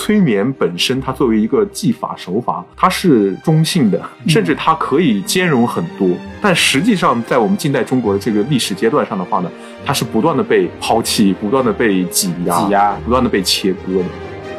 催眠本身它作为一个技法手法，它是中性的，甚至它可以兼容很多，但实际上在我们近代中国的这个历史阶段上的话呢，它是不断的被抛弃，不断的被挤压，不断的被切割的。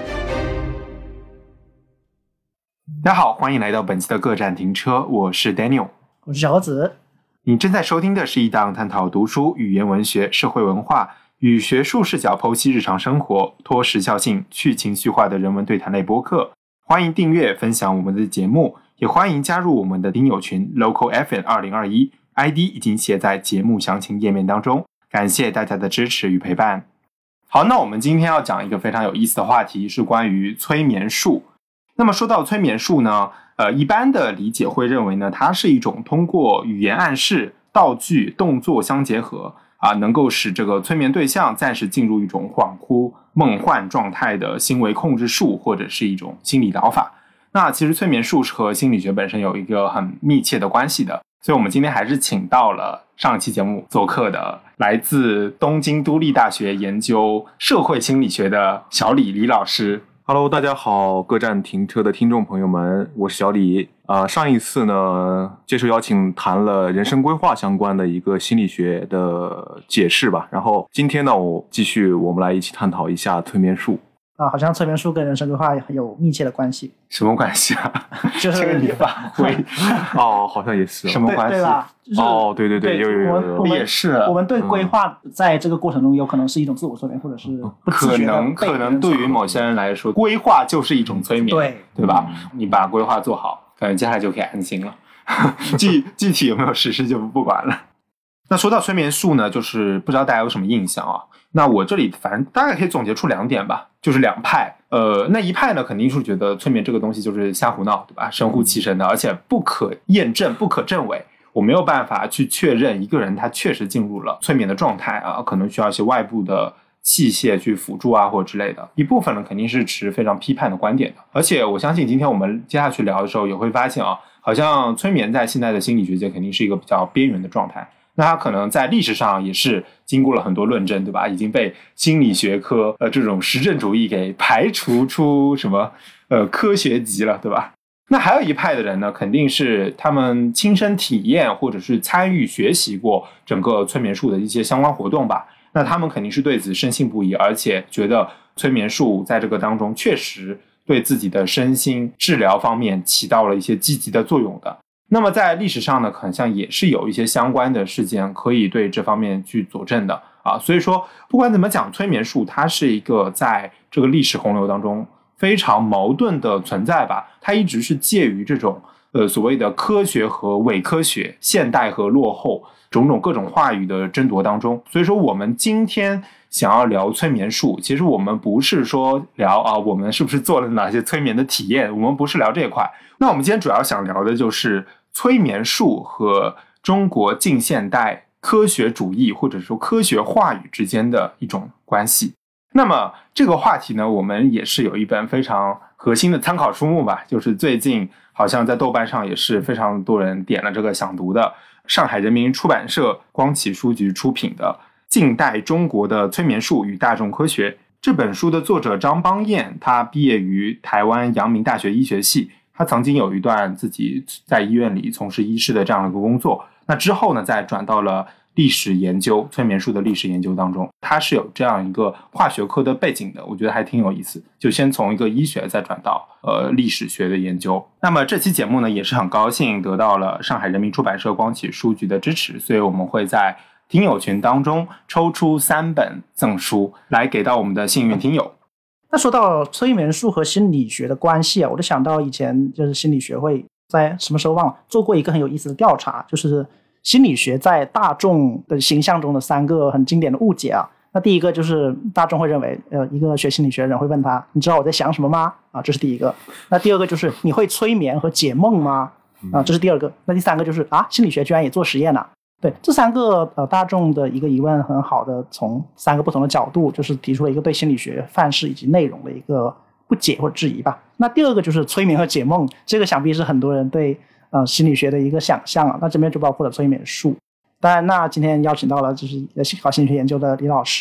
大家好，欢迎来到本期的各站停车，我是 Daniel， 我是小子。 你正在收听的是一档探讨读书、语言文学、社会文化与学术视角剖析日常生活、脱时效性、去情绪化的人文对谈类播客。欢迎订阅、分享我们的节目，也欢迎加入我们的听友群 Local FM 2021 ，ID 已经写在节目详情页面当中。感谢大家的支持与陪伴。好，那我们今天要讲一个非常有意思的话题，是关于催眠术。那么说到催眠术呢，一般的理解会认为呢，它是一种通过语言暗示、道具、动作相结合能够使这个催眠对象暂时进入一种恍惚梦幻状态的行为控制术，或者是一种心理疗法。那其实催眠术是和心理学本身有一个很密切的关系的，所以我们今天还是请到了上一期节目做客的来自东京都立大学研究社会心理学的小李老师。 Hello， 大家好，各站停车的听众朋友们，我是小李。上一次呢，接受邀请谈了人生规划相关的一个心理学的解释吧。然后今天呢，我们来一起探讨一下催眠术。 好像催眠术跟人生规划有密切的关系。 什么关系啊？ 就是这个你发挥好像也是什么关系？ 对吧？就是对，有也是。我们对规划在这个过程中有可能是一种自我催眠，或者是不自觉的可能对于某些人来说，规划就是一种催眠，对吧？你把规划做好，可能接下来就可以安心了。具体有没有实施就不管了。那说到催眠术呢，就是不知道大家有什么印象啊？那我这里反正大概可以总结出2点吧，就是2派。那一派呢，肯定是觉得催眠这个东西就是瞎胡闹，对吧？神乎其神的，而且不可验证、不可证伪，我没有办法去确认一个人他确实进入了催眠的状态可能需要一些外部的器械去辅助或者之类的。一部分人肯定是持非常批判的观点的，而且我相信今天我们接下去聊的时候也会发现好像催眠在现在的心理学界肯定是一个比较边缘的状态。那它可能在历史上也是经过了很多论证，对吧？已经被心理学科这种实证主义给排除出什么科学级了，对吧？那还有一派的人呢，肯定是他们亲身体验或者是参与学习过整个催眠术的一些相关活动吧。那他们肯定是对此深信不疑，而且觉得催眠术在这个当中确实对自己的身心治疗方面起到了一些积极的作用的。那么在历史上呢，好像也是有一些相关的事件可以对这方面去佐证的所以说不管怎么讲，催眠术它是一个在这个历史洪流当中非常矛盾的存在吧。它一直是介于这种所谓的科学和伪科学、现代和落后种种各种话语的争夺当中。所以说我们今天想要聊催眠术，其实我们不是说聊我们是不是做了哪些催眠的体验，我们不是聊这一块。那我们今天主要想聊的就是催眠术和中国近现代科学主义或者说科学话语之间的一种关系。那么这个话题呢，我们也是有一本非常核心的参考书目吧，就是最近好像在豆瓣上也是非常多人点了这个想读的，上海人民出版社光启书局出品的《近代中国的催眠术与大众科学》。这本书的作者张邦彦，他毕业于台湾阳明大学医学系，他曾经有一段自己在医院里从事医师的这样的一个工作，那之后呢再转到了历史研究，催眠术的历史研究当中。他是有这样一个化学科的背景的，我觉得还挺有意思，就先从一个医学再转到历史学的研究。那么这期节目呢，也是很高兴得到了上海人民出版社光启书局的支持，所以我们会在听友群当中抽出3本赠书来给到我们的幸运听友。 那说到催眠术和心理学的关系我就想到以前就是心理学会在什么时候忘了做过一个很有意思的调查，就是心理学在大众的形象中的3个很经典的误解那第一个就是大众会认为一个学心理学的人会问他，你知道我在想什么吗这是第一个。那第二个就是你会催眠和解梦吗这是第二个。那第3个就是心理学居然也做实验对，这3个大众的一个疑问很好的从3个不同的角度就是提出了一个对心理学范式以及内容的一个不解或者质疑吧。那第二个就是催眠和解梦，这个想必是很多人对心理学的一个想象那这边就包括了催眠术。当然那今天邀请到了就是搞心理学研究的李老师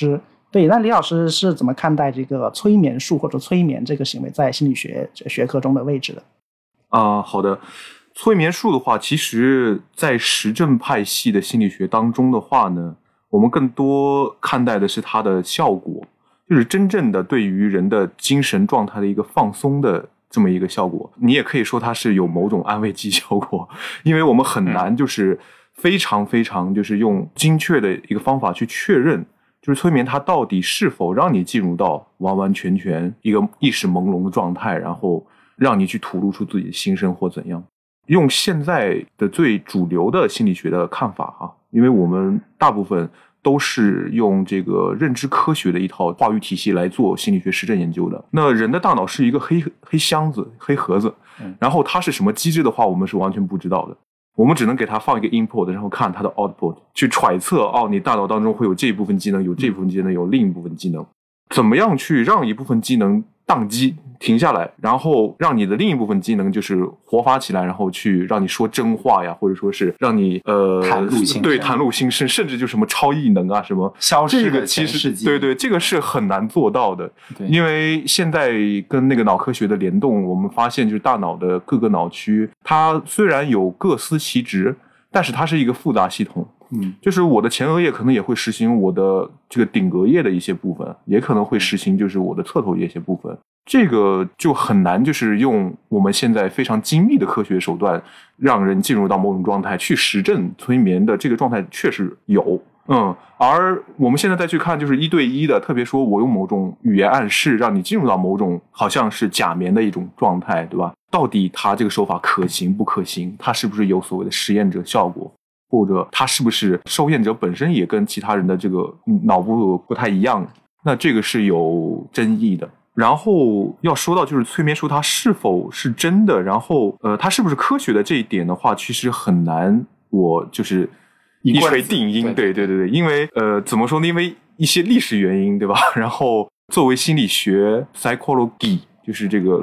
对，那李老师是怎么看待这个催眠术或者催眠这个行为在心理学学科中的位置的？ 好的。催眠术的话，其实在实证派系的心理学当中的话呢，我们更多看待的是它的效果，就是真正的对于人的精神状态的一个放松的这么一个效果。你也可以说它是有某种安慰剂效果，因为我们很难就是非常非常就是用精确的一个方法去确认，就是催眠它到底是否让你进入到完完全全一个意识朦胧的状态，然后让你去吐露出自己的心声或怎样。用现在的最主流的心理学的看法哈，因为我们大部分都是用这个认知科学的一套话语体系来做心理学实证研究的。那人的大脑是一个黑箱子、黑盒子，然后它是什么机制的话，我们是完全不知道的。我们只能给它放一个 input， 然后看它的 output， 去揣测你大脑当中会有这一部分机能，有这一部分机能，有另一部分机能，怎么样去让一部分机能宕机停下来，然后让你的另一部分机能就是活发起来，然后去让你说真话呀，或者说是让你袒露心声， 对，袒露心声，甚至就什么超异能啊，什么消失的其实对，这个是很难做到的。因为现在跟那个脑科学的联动，我们发现就是大脑的各个脑区，它虽然有各司其职，但是它是一个复杂系统。就是我的前额叶可能也会实行我的这个顶额叶的一些部分，也可能会实行就是我的侧头叶一些部分，这个就很难就是用我们现在非常精密的科学手段让人进入到某种状态去实证催眠的这个状态确实有。而我们现在再去看就是1对1的，特别说我用某种语言暗示让你进入到某种好像是假眠的一种状态，对吧？到底它这个手法可行不可行，它是不是有所谓的实验者效果，或者他是不是受验者本身也跟其他人的这个脑部不太一样，那这个是有争议的。然后要说到就是催眠术它是否是真的，然后它是不是科学的这一点的话，其实很难我就是一锤定音。对，因为怎么说呢？因为一些历史原因，对吧？然后作为心理学 psychology 就是这个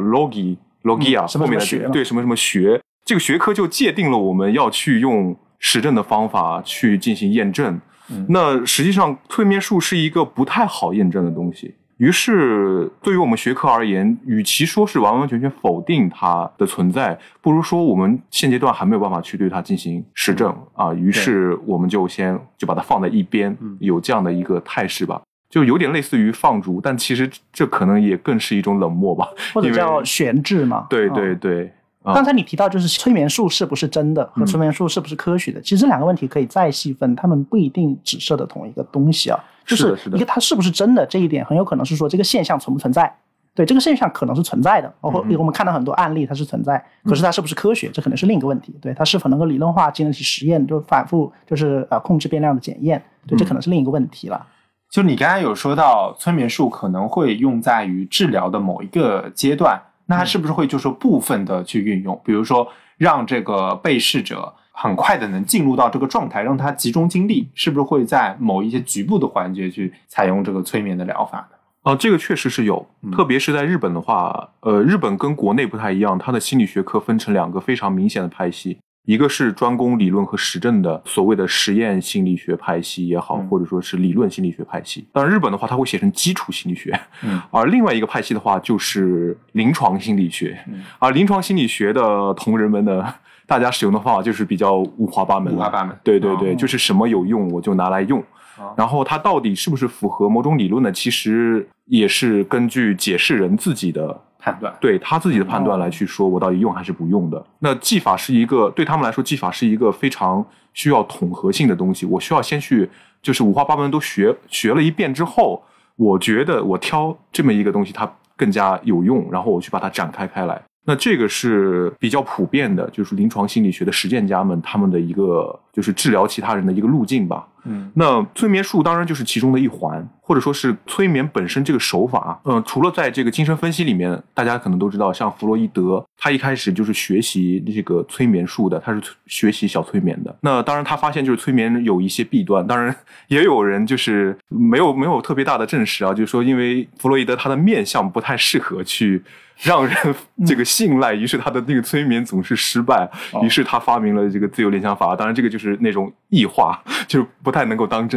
logia 后面的对什么学，这个学科就界定了我们要去用实证的方法去进行验证。那实际上催眠术是一个不太好验证的东西，于是对于我们学科而言，与其说是完完全全否定它的存在，不如说我们现阶段还没有办法去对它进行实证啊。于是我们就把它放在一边，有这样的一个态势吧，就有点类似于放逐，但其实这可能也更是一种冷漠吧， 或者叫悬置嘛。 对。 刚才你提到就是催眠术是不是真的和催眠术是不是科学的，其实这两个问题可以再细分，他们不一定指涉的同一个东西啊。就是一个它是不是真的这一点很有可能是说这个现象存不存在，对，这个现象可能是存在的，我们看到很多案例它是存在，可是它是不是科学这可能是另一个问题，对，它是否能够理论化经得起实验，就反复就是控制变量的检验，对，这可能是另一个问题了。 就你刚才有说到催眠术可能会用在于治疗的某一个阶段，那它是不是会就说部分的去运用，比如说让这个被试者很快的能进入到这个状态，让他集中精力，是不是会在某一些局部的环节去采用这个催眠的疗法呢？ 这个确实是有，特别是在日本的话，日本跟国内不太一样，它的心理学科分成两个非常明显的派系，一个是专攻理论和实证的所谓的实验心理学派系也好，或者说是理论心理学派系。当然日本的话它会写成基础心理学，而另外一个派系的话就是临床心理学。而临床心理学的同仁们呢，大家使用的方法就是比较五花八门。对，就是什么有用我就拿来用。然后它到底是不是符合某种理论呢？其实也是根据解释人自己的判断， 对他自己的判断来去说我到底用还是不用的。那技法是一个对他们来说，技法是一个非常需要统合性的东西。我需要先去就是五花八门都学了一遍之后，我觉得我挑这么一个东西它更加有用，然后我去把它展开开来。那这个是比较普遍的，就是临床心理学的实践家们他们的一个就是治疗其他人的一个路径吧。那催眠术当然就是其中的一环，或者说是催眠本身这个手法。除了在这个精神分析里面，大家可能都知道，像弗洛伊德，他一开始就是学习这个催眠术的，他是学习小催眠的。那当然他发现就是催眠有一些弊端，当然也有人就是没有特别大的证实啊，就是说因为弗洛伊德他的面相不太适合去让人这个信赖，于是他的那个催眠总是失败，于是他发明了这个自由联想法。当然这个就是那种异化，就不太能够当真的。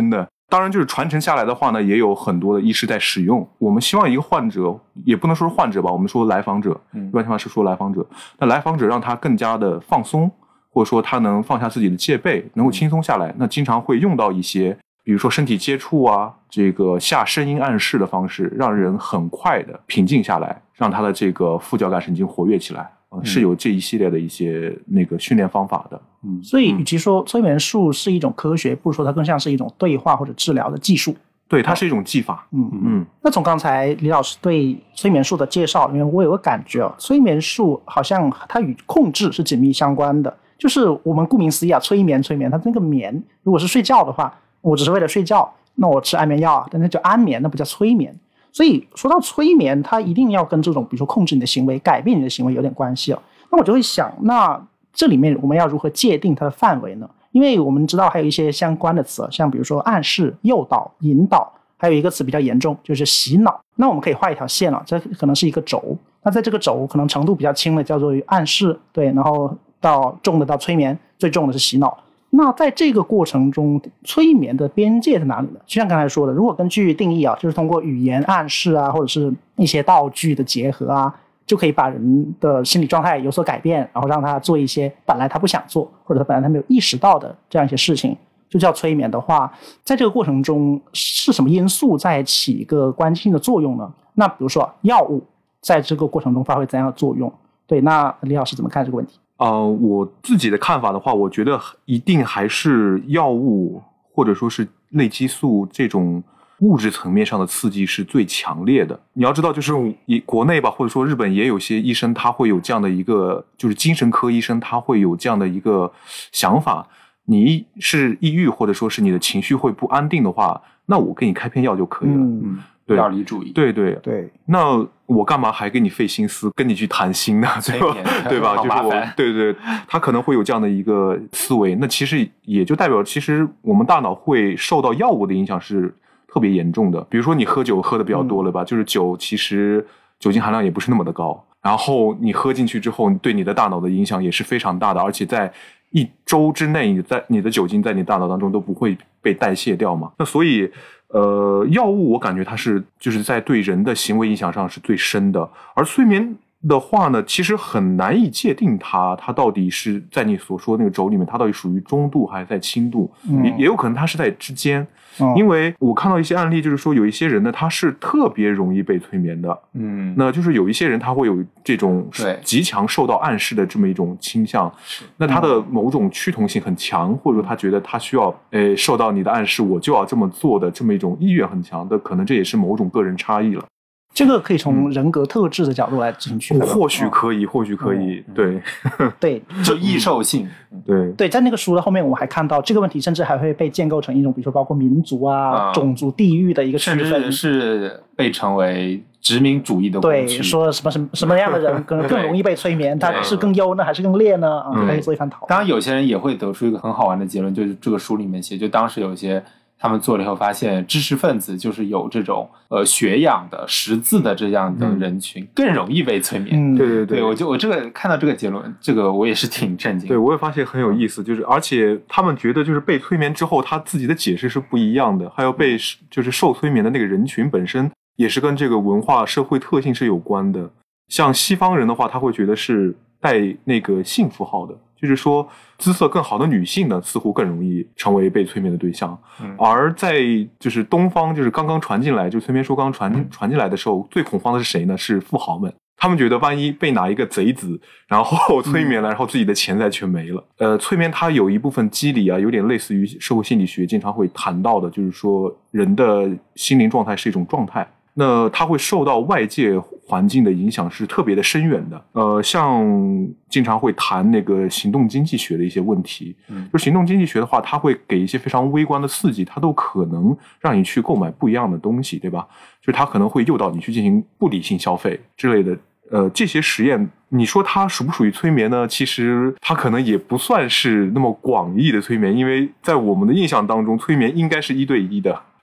当然就是传承下来的话呢，也有很多的医师在使用。我们希望一个患者，也不能说是患者吧，我们说来访者，一般情况是说来访者。那来访者让他更加的放松，或者说他能放下自己的戒备，能够轻松下来，那经常会用到一些比如说身体接触啊，这个下声音暗示的方式，让人很快的平静下来，让他的这个副交感神经活跃起来。是有这一系列的一些那个训练方法的。 所以与其说催眠术是一种科学，不如说它更像是一种对话或者治疗的技术。 对，它是一种技法。 那从刚才李老师对催眠术的介绍里面，我有个感觉催眠术好像它与控制是紧密相关的。就是我们顾名思义催眠，它那个眠，如果是睡觉的话，我只是为了睡觉，那我吃安眠药，但那叫安眠，那不叫催眠。所以说到催眠，它一定要跟这种比如说控制你的行为、改变你的行为有点关系。那我就会想，那这里面我们要如何界定它的范围呢？因为我们知道还有一些相关的词，像比如说暗示、诱导、引导，还有一个词比较严重，就是洗脑。那我们可以画一条线这可能是一个轴。那在这个轴可能程度比较轻的叫做暗示，对，然后到重的到催眠，最重的是洗脑。那在这个过程中，催眠的边界在哪里呢？就像刚才说的，如果根据定义就是通过语言暗示或者是一些道具的结合就可以把人的心理状态有所改变，然后让他做一些本来他不想做，或者他本来他没有意识到的这样一些事情，就叫催眠的话，在这个过程中是什么因素在起一个关键性的作用呢？那比如说药物在这个过程中发挥怎样的作用？对，那李老师怎么看这个问题？ 我自己的看法的话，我觉得一定还是药物或者说是类激素这种物质层面上的刺激是最强烈的。你要知道，就是国内吧，或者说日本也有些医生他会有这样的一个，就是精神科医生他会有这样的一个想法，你是抑郁或者说是你的情绪会不安定的话，那我给你开片药就可以了。对， 药理主义。 对，那我干嘛还给你费心思跟你去谈心呢？对吧？就是我，对，他可能会有这样的一个思维。那其实也就代表，其实我们大脑会受到药物的影响是特别严重的。比如说你喝酒喝的比较多了吧，就是酒其实酒精含量也不是那么的高，然后你喝进去之后，对你的大脑的影响也是非常大的，而且在1周之内，你的酒精在你大脑当中都不会被代谢掉嘛。那所以药物我感觉它就是在对人的行为影响上是最深的。而催眠的话呢，其实很难以界定它到底是在你所说的那个轴里面，它到底属于中度还是在轻度，也有可能它是在之间。因为我看到一些案例，就是说有一些人呢，他是特别容易被催眠的。那就是有一些人他会有这种极强受到暗示的这么一种倾向，那他的某种趋同性很强，或者说他觉得他需要受到你的暗示，我就要这么做的这么一种意愿很强的，可能这也是某种个人差异了。 这个可以从人格特质的角度来进行区分。 或许可以，对对， 就易受性。 对，在那个书的后面，我还看到这个问题，甚至还会被建构成一种，比如说包括民族种族、地域的一个区分， 甚至是被称为殖民主义的误区。 对，说什么样的人更容易被催眠，他是更优呢，还是更劣呢？可以做一番讨论。 当然，有些人也会得出一个很好玩的结论，就是这个书里面写，就当时有些他们做了以后发现，知识分子就是有这种学养的识字的这样的人群，更容易被催眠。对，我这个看到这个结论，这个我也是挺震惊的。 对，我也发现很有意思，就是而且他们觉得就是被催眠之后，他自己的解释是不一样的，还有被就是受催眠的那个人群本身也是跟这个文化社会特性是有关的。像西方人的话，他会觉得是带那个性符号的。就是说姿色更好的女性呢，似乎更容易成为被催眠的对象。而在就是东方，就是刚刚传进来，就催眠术刚传进来的时候，最恐慌的是谁呢？是富豪们。他们觉得万一被哪一个贼子然后催眠了，然后自己的钱财全没了。催眠它有一部分机理有点类似于社会心理学经常会谈到的，就是说人的心灵状态是一种状态，那它会受到外界环境的影响是特别的深远的。像经常会谈那个行动经济学的一些问题，就行动经济学的话，它会给一些非常微观的刺激，它都可能让你去购买不一样的东西，对吧？就是它可能会诱导你去进行不理性消费之类的。这些实验，你说它属不属于催眠呢？其实它可能也不算是那么广义的催眠，因为在我们的印象当中，催眠应该是1对1的。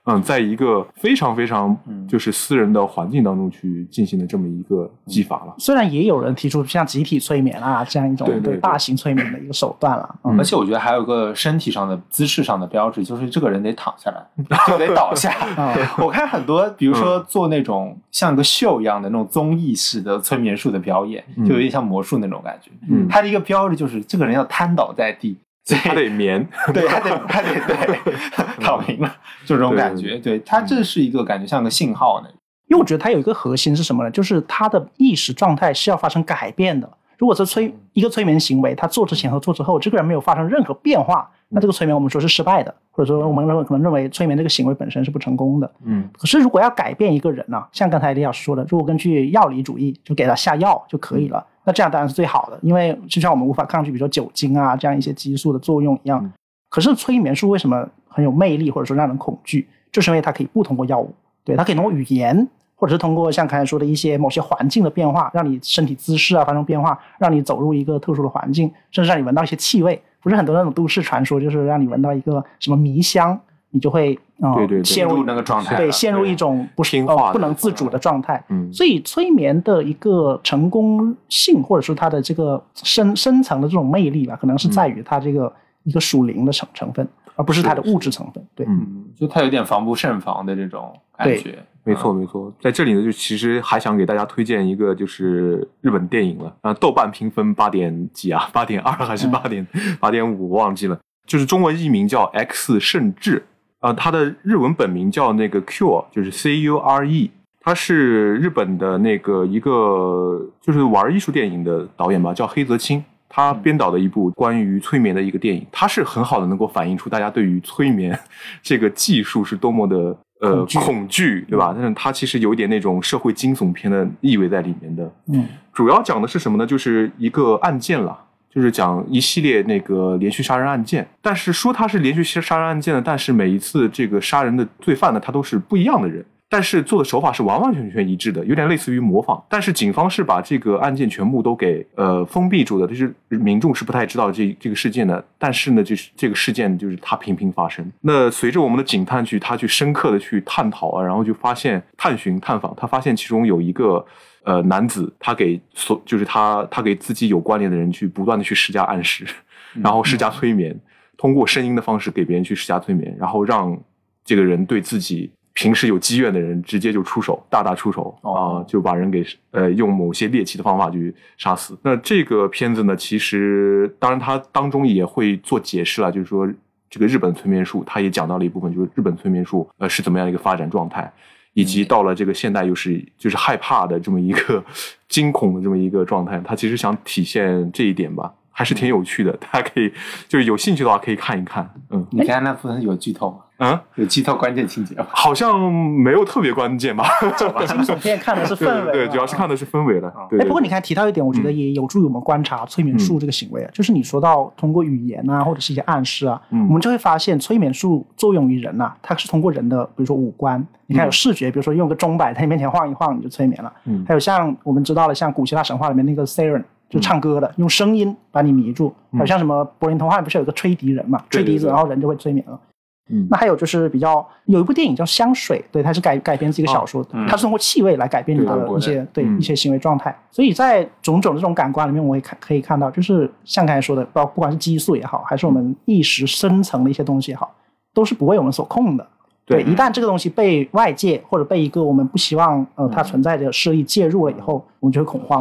在一个非常非常就是私人的环境当中去进行的这么一个技法了。 虽然也有人提出像集体催眠啊这样一种对大型催眠的一个手段了， 而且我觉得还有个身体上的姿势上的标志，就是这个人得躺下来，就得倒下。我看很多比如说做那种像个秀一样的那种综艺式的催眠术的表演，就有点像魔术那种感觉。他的一个标志就是这个人要瘫倒在地， 他得眠， 对，他得对躺平了，就这种感觉。对，他这是一个感觉像个信号呢。 因为我觉得他有一个核心是什么呢？就是他的意识状态是要发生改变的。如果是一个催眠行为，他做之前和做之后，这个人没有发生任何变化，那这个催眠我们说是失败的，或者说我们可能认为催眠这个行为本身是不成功的。可是如果要改变一个人呢，像刚才李老师说的，如果根据药理主义就给他下药就可以了，那这样当然是最好的，因为就像我们无法抗拒比如说酒精啊这样一些激素的作用一样。可是催眠术为什么很有魅力或者说让人恐惧，就是因为它可以不通过药物，对，它可以通过语言，或者是通过像刚才说的一些某些环境的变化，让你身体姿势啊发生变化，让你走入一个特殊的环境，甚至让你闻到一些气味。不是很多那种都市传说，就是让你闻到一个什么迷香，你就会陷入那个状态， 对，陷入一种不能自主的状态。所以催眠的一个成功性，或者说它的这个深层的这种魅力吧，可能是在于它这个一个属灵的成分，而不是它的物质成分。对， 就它有点防不胜防的这种感觉。 没错没错，在这里呢，就其实还想给大家推荐一个就是日本电影了，豆瓣评分8点几啊，8.2还是8.5我忘记了，就是中文译名叫 X 圣治，它的日文本名叫那个 Cure， 就是 CURE， 他是日本的那个一个就是玩艺术电影的导演吧，叫黑泽清。他编导的一部关于催眠的一个电影，他是很好的能够反映出大家对于催眠这个技术是多么的恐惧，对吧？但是他其实有一点那种社会惊悚片的意味在里面的。主要讲的是什么呢？就是一个案件了，就是讲一系列那个连续杀人案件。但是说他是连续杀人案件呢，但是每一次这个杀人的罪犯呢，他都是不一样的人。但是做的手法是完完全全一致的，有点类似于模仿。但是警方是把这个案件全部都给封闭住的，就是民众是不太知道这个事件的。但是呢，就是这个事件就是它频频发生。那随着我们的警探他去深刻的去探讨啊，然后就发现探访，他发现其中有一个男子，他给自己有关联的人去不断的去施加暗示，然后施加催眠，通过声音的方式给别人去施加催眠，然后让这个人对自己平时有积怨的人直接就出手，大出手就把人给用某些猎奇的方法去杀死。那这个片子呢，其实当然它当中也会做解释了，就是说这个日本催眠术，它也讲到了一部分，就是日本催眠术是怎么样一个发展状态，以及到了这个现代就是害怕的这么一个惊恐的这么一个状态，它其实想体现这一点吧。还是挺有趣的，大家可以就是有兴趣的话可以看一看。 你看那部分有剧透吗？有剧透关键情节吗？ 好像没有特别关键吧。 惊悚片看的是氛围， 对，主要是看的是氛围了。 不过你看提到一点，我觉得也有助于我们观察催眠术这个行为，就是你说到通过语言啊，或者是一些暗示啊，我们就会发现催眠术作用于人啊，它是通过人的，比如说五官，你看有视觉，比如说用个钟摆在你面前晃一晃，你就催眠了。还有像我们知道的，像古希腊神话里面那个 Siren。就唱歌的，用声音把你迷住。还有像什么柏林童话不是有个吹笛人嘛，吹笛子然后人就会催眠了。那还有就是有一部电影叫《香水》，对，它是改编自一个小说，它是通过气味来改变你的一些行为状态。所以在种种这种感官里面，我也可以看到，就是像刚才说的，不管是激素也好，还是我们意识深层的一些东西也好，都是不为我们所控的。对，一旦这个东西被外界或者被一个我们不希望它存在的势力介入了以后，我们就会恐慌。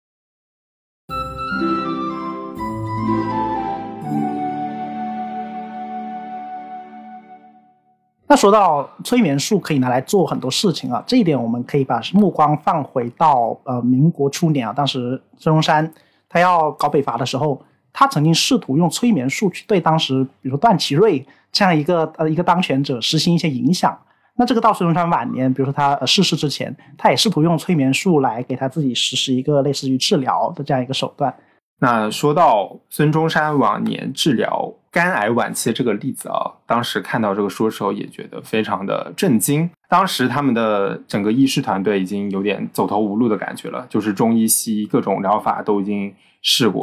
那说到催眠术可以拿来做很多事情啊，这一点我们可以把目光放回到民国初年啊，当时孙中山他要搞北伐的时候，他曾经试图用催眠术去对当时比如说段祺瑞这样一个当权者实行一些影响。那这个到孙中山晚年，比如说他逝世之前，他也试图用催眠术来给他自己实施一个类似于治疗的这样一个手段。 那说到孙中山晚年治疗肝癌晚期的这个例子啊，当时看到这个书的时候也觉得非常的震惊。当时他们的整个医师团队已经有点走投无路的感觉了，就是中医西医各种疗法都已经试过了，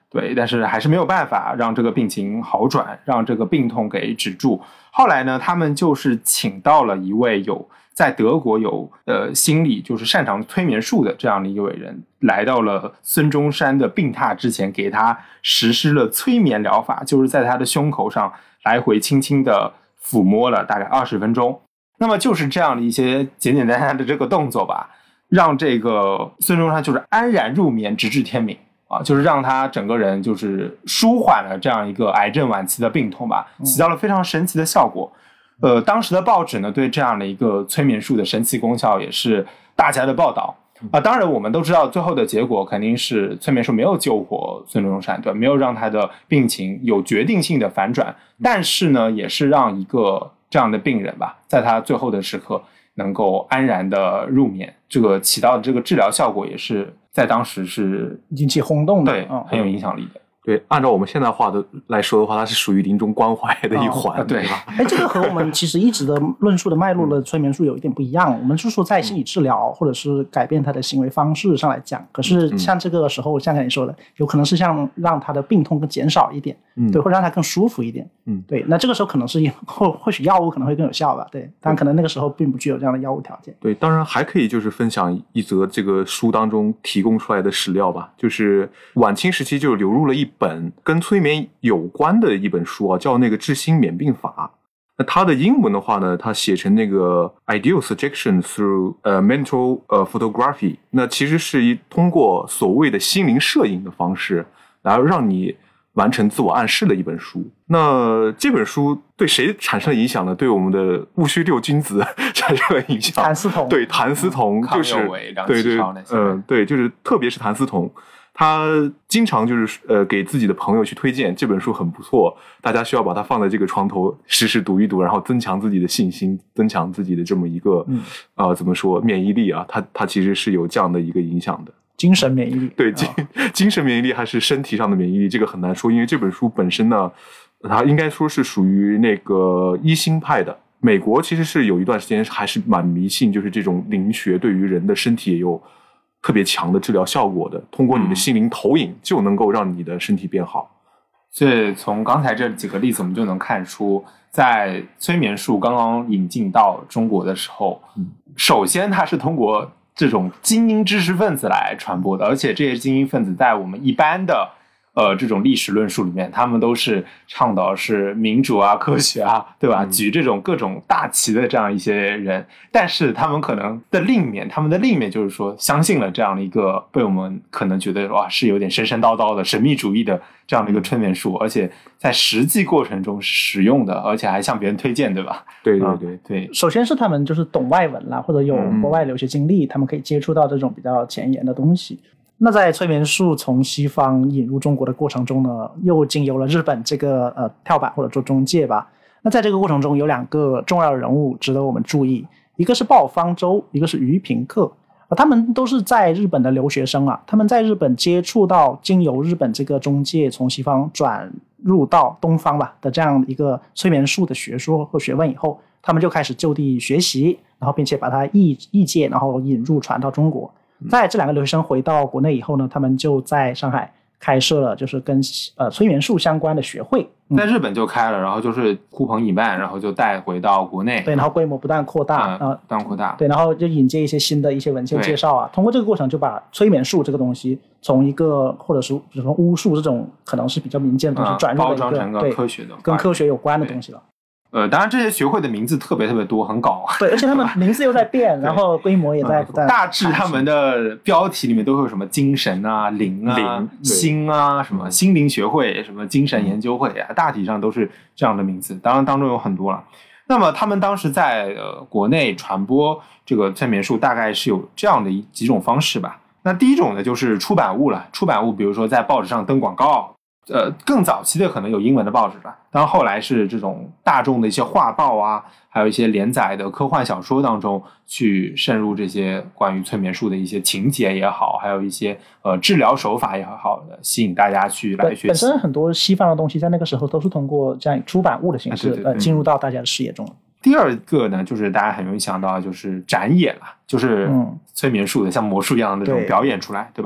对，但是还是没有办法让这个病情好转，让这个病痛给止住。后来呢，他们就是请到了一位在德国有心理就是擅长催眠术的这样的一位人，来到了孙中山的病榻之前，给他实施了催眠疗法，就是在他的胸口上来回轻轻的抚摸了大概20分钟。那么就是这样的一些简简单单的这个动作吧，让这个孙中山就是安然入眠，直至天明啊，就是让他整个人就是舒缓了这样一个癌症晚期的病痛吧，起到了非常神奇的效果。当时的报纸呢，对这样的一个催眠术的神奇功效也是大家的报道啊。当然我们都知道最后的结果肯定是催眠术没有救活孙中山，对，没有让他的病情有决定性的反转，但是呢，也是让一个这样的病人吧，在他最后的时刻能够安然的入眠，这个起到的这个治疗效果也是在当时是引起轰动的， 对，很有影响力的。 对，按照我们现在话来说的话，它是属于临终关怀的一环， 对吧？ 这个和我们其实一直的论述的脉络的催眠术有一点不一样。我们是说在心理治疗或者是改变他的行为方式上来讲，可是像这个时候，像你说的，有可能是像让他的病痛更减少一点，对，或者让他更舒服一点，对。那这个时候可能是或许药物可能会更有效吧，对，但可能那个时候并不具有这样的药物条件。 对，当然还可以就是分享一则这个书当中提供出来的史料吧，就是晚清时期就流入了一本跟催眠有关的一本书啊，叫那个治心免病法。那它的英文的话呢，它写成那个 Ideal Suggestion through Mental Photography， 那其实是通过所谓的心灵摄影的方式来让你完成自我暗示的一本书。那这本书对谁产生了影响呢？对我们的戊戌六君子产生了影响。 谭嗣同， 对，谭嗣同就是对，就是特别是谭嗣同。他经常就是给自己的朋友去推荐这本书很不错，大家需要把它放在这个床头时时读一读，然后增强自己的信心，增强自己的这么一个怎么说免疫力啊，它其实是有这样的一个影响的。 精神免疫力， 对，精神免疫力还是身体上的免疫力，这个很难说，因为这本书本身呢，它应该说是属于那个一心派的。美国其实是有一段时间还是蛮迷信，就是这种灵学对于人的身体也有特别强的治疗效果的，通过你的心灵投影就能够让你的身体变好。 所以从刚才这几个例子我们就能看出，在催眠术刚刚引进到中国的时候，首先它是通过这种精英知识分子来传播的，而且这些精英分子在我们一般的这种历史论述里面，他们都是倡导是民主啊、科学啊，对吧？举这种各种大旗的这样一些人，但是他们可能的另一面，他们的另一面就是说，相信了这样的一个被我们可能觉得哇是有点神神叨叨的神秘主义的这样的一个催眠术，而且在实际过程中使用的，而且还向别人推荐，对吧？ 对对对对。 首先是他们就是懂外文啦，或者有国外留学经历，他们可以接触到这种比较前沿的东西。那在催眠术从西方引入中国的过程中呢，又经由了日本这个跳板或者说中介吧。那在这个过程中有两个重要的人物值得我们注意，一个是鲍方舟，一个是于平克。他们都是在日本的留学生啊，他们在日本接触到经由日本这个中介从西方转入到东方吧的这样一个催眠术的学说和学问以后，他们就开始就地学习，然后并且把它译介，然后引入传到中国。在这两个留学生回到国内以后呢，他们就在上海开设了就是跟催眠术相关的学会， 在日本就开了，然后就是呼朋引伴，然后就带回到国内， 对，然后规模不断扩大， 不断扩大， 对，然后就引介一些新的一些文献介绍啊，通过这个过程就把催眠术这个东西从一个或者是比如说巫术这种可能是比较民间的东西转入了一个包装成个科学的， 跟科学有关的东西了。 当然这些学会的名字特别特别多，很搞。 对，而且他们名字又在变，然后规模也在不断。 大致他们的标题里面都会有什么精神啊、灵啊、心啊，什么心灵学会、什么精神研究会啊，大体上都是这样的名字。当然当中有很多了。那么他们当时在国内传播这个催眠术，大概是有这样的几种方式吧。那第一种呢，就是出版物了。出版物，比如说在报纸上登广告。更早期的可能有英文的报纸吧，当然后来是这种大众的一些画报啊，还有一些连载的科幻小说当中去渗入这些关于催眠术的一些情节也好，还有一些治疗手法也好的，吸引大家去来学习。 本身很多西方的东西在那个时候都是通过这样出版物的形式进入到大家的视野中。 第二个呢，就是大家很容易想到就是展演了，就是催眠术的像魔术一样的那种表演出来，对吧？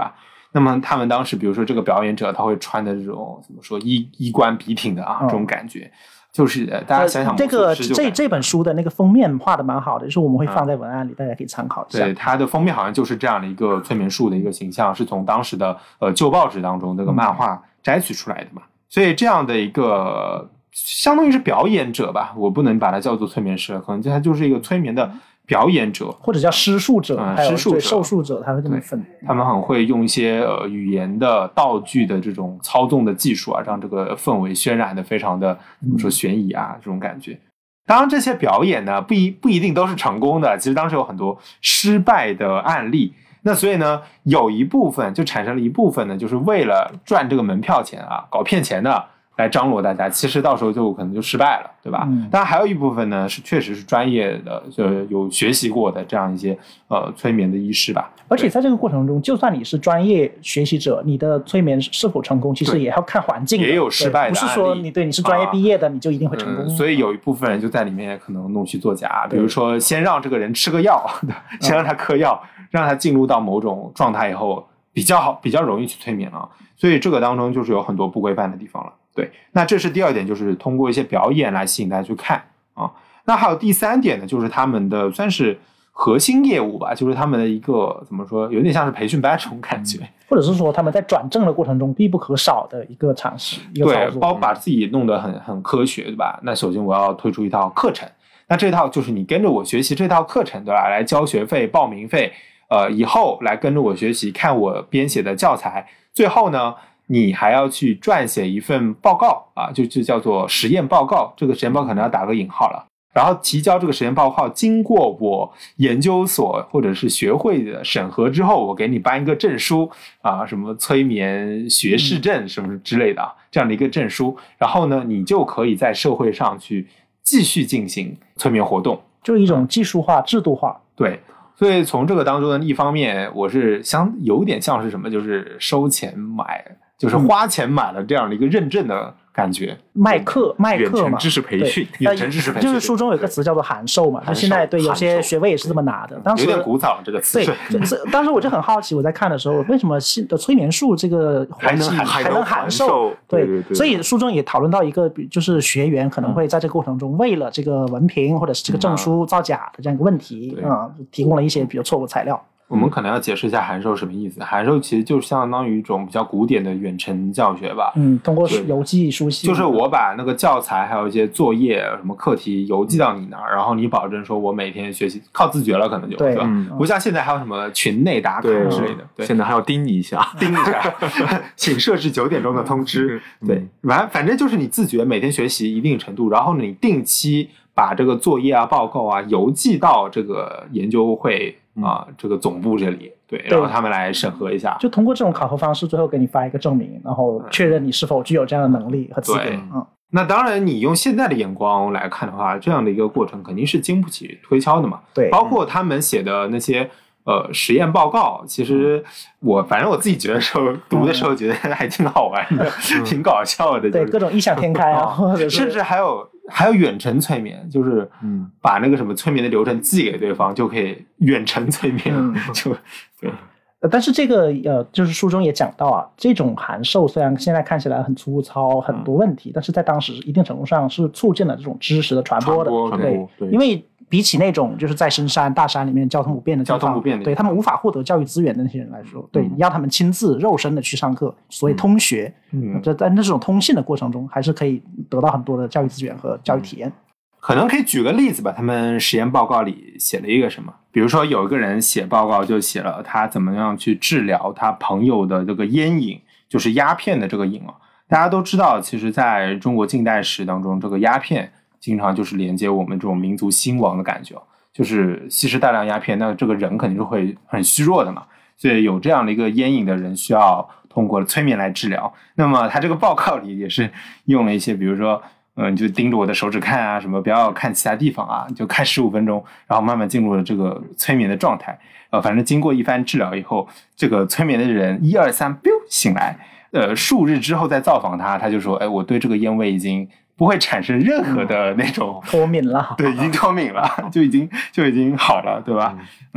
那么他们当时比如说这个表演者他会穿的这种怎么说衣冠笔挺的这种感觉，就是大家想想这本书的那个封面画的蛮好的，就是我们会放在文案里，大家可以参考一下。 对，它的封面好像就是这样的一个催眠术的一个形象，是从当时的旧报纸当中这个漫画摘取出来的嘛。所以这样的一个相当于是表演者吧，我不能把它叫做催眠师，可能他就是一个催眠的表演者， 或者叫施术者，还有受术者，他会这么分。 他们很会用一些语言的道具的这种操纵的技术啊，让这个氛围渲染的非常的怎么说悬疑啊这种感觉。当然这些表演呢不一定都是成功的，其实当时有很多失败的案例。那所以呢，有一部分就产生了一部分呢，就是为了赚这个门票钱啊，搞骗钱的来张罗大家，其实到时候就可能就失败了，对吧？当然还有一部分呢是确实是专业的，有学习过的这样一些催眠的医师吧。 而且在这个过程中，就算你是专业学习者，你的催眠是否成功，其实也要看环境的， 也有失败的案例， 不是说你是专业毕业的，你就一定会成功。 所以有一部分人就在里面可能弄虚作假，比如说先让这个人吃个药，先让他嗑药，让他进入到某种状态以后，比较容易去催眠了。所以这个当中就是有很多不规范的地方了。对，那这是第二点，就是通过一些表演来吸引大家去看啊。那还有第三点呢，就是他们的算是核心业务吧，就是他们的一个怎么说，有点像是培训班这种感觉， 或者是说他们在转正的过程中必不可少的一个尝试，一个操作。 对，包括把自己弄得很科学，对吧？那首先我要推出一套课程，那这套就是你跟着我学习这套课程，对吧？来交学费、报名费，以后来跟着我学习，看我编写的教材，最后呢，你还要去撰写一份报告啊，就叫做实验报告。这个实验报告可能要打个引号了。然后提交这个实验报告，经过我研究所或者是学会的审核之后，我给你颁一个证书啊，什么催眠学士证什么之类的这样的一个证书。然后呢，你就可以在社会上去继续进行催眠活动， 就是一种技术化、制度化。 对。所以从这个当中呢，一方面我是有点像是什么，就是收钱买，就是花钱买了这样的一个认证的感觉， 卖课嘛， 远程知识培训， 远程知识培训， 就是书中有一个词叫做函授嘛，就现在对有些学位也是这么拿的。当时有点古早这个词。 对，当时我就很好奇，我在看的时候，为什么新的催眠术这个还能函授？对， 所以书中也讨论到一个，就是学员可能会在这个过程中为了这个文凭或者是这个证书造假的这样一个问题提供了一些比较错误材料。 我们可能要解释一下函授什么意思。函授其实就相当于一种比较古典的远程教学吧。 通过邮寄书信， 就是我把那个教材还有一些作业什么课题邮寄到你那儿，然后你保证说我每天学习靠自觉了，可能就对吧？不像现在还有什么群内打卡之类的，对， 现在还要盯你一下， 请设置9点钟的通知。对，反正就是你自觉每天学习一定程度，然后你定期把这个作业啊、报告啊邮寄到这个研究会这个总部这里，对，然后他们来审核一下， 就通过这种考核方式，最后给你发一个证明，然后确认你是否具有这样的能力和资格。 那当然，你用现在的眼光来看的话，这样的一个过程肯定是经不起推敲的嘛。 对， 包括他们写的那些实验报告，其实反正我自己觉得读的时候觉得还挺好玩的，挺搞笑的。 对，各种异想天开啊，或者甚至还有远程催眠，就是把那个什么催眠的流程寄给对方，就可以远程催眠，就对。 但是这个就是书中也讲到啊，这种函授虽然现在看起来很粗糙，很多问题，但是在当时一定程度上是促进了这种知识的传播的。对，因为比起那种就是在深山大山里面交通不便的地方，对他们无法获得教育资源的那些人来说，对，让他们亲自肉身的去上课，所以通学，在这种通信的过程中，还是可以得到很多的教育资源和教育体验。 可能可以举个例子吧，他们实验报告里写了一个什么，比如说有一个人写报告就写了他怎么样去治疗他朋友的这个烟瘾，就是鸦片的这个瘾啊。大家都知道，其实在中国近代史当中，这个鸦片经常就是连接我们这种民族兴亡的感觉，就是吸食大量鸦片，那这个人肯定是会很虚弱的嘛，所以有这样的一个烟瘾的人需要通过催眠来治疗。那么他这个报告里也是用了一些，比如说你就盯着我的手指看啊，什么不要看其他地方啊，就看15分钟，然后慢慢进入了这个催眠的状态。反正经过一番治疗以后，这个催眠的人1、2、3醒来，数日之后再造访他就说，我对这个烟味已经不会产生任何的那种脱敏了， 对，已经脱敏了，就已经好了，对吧？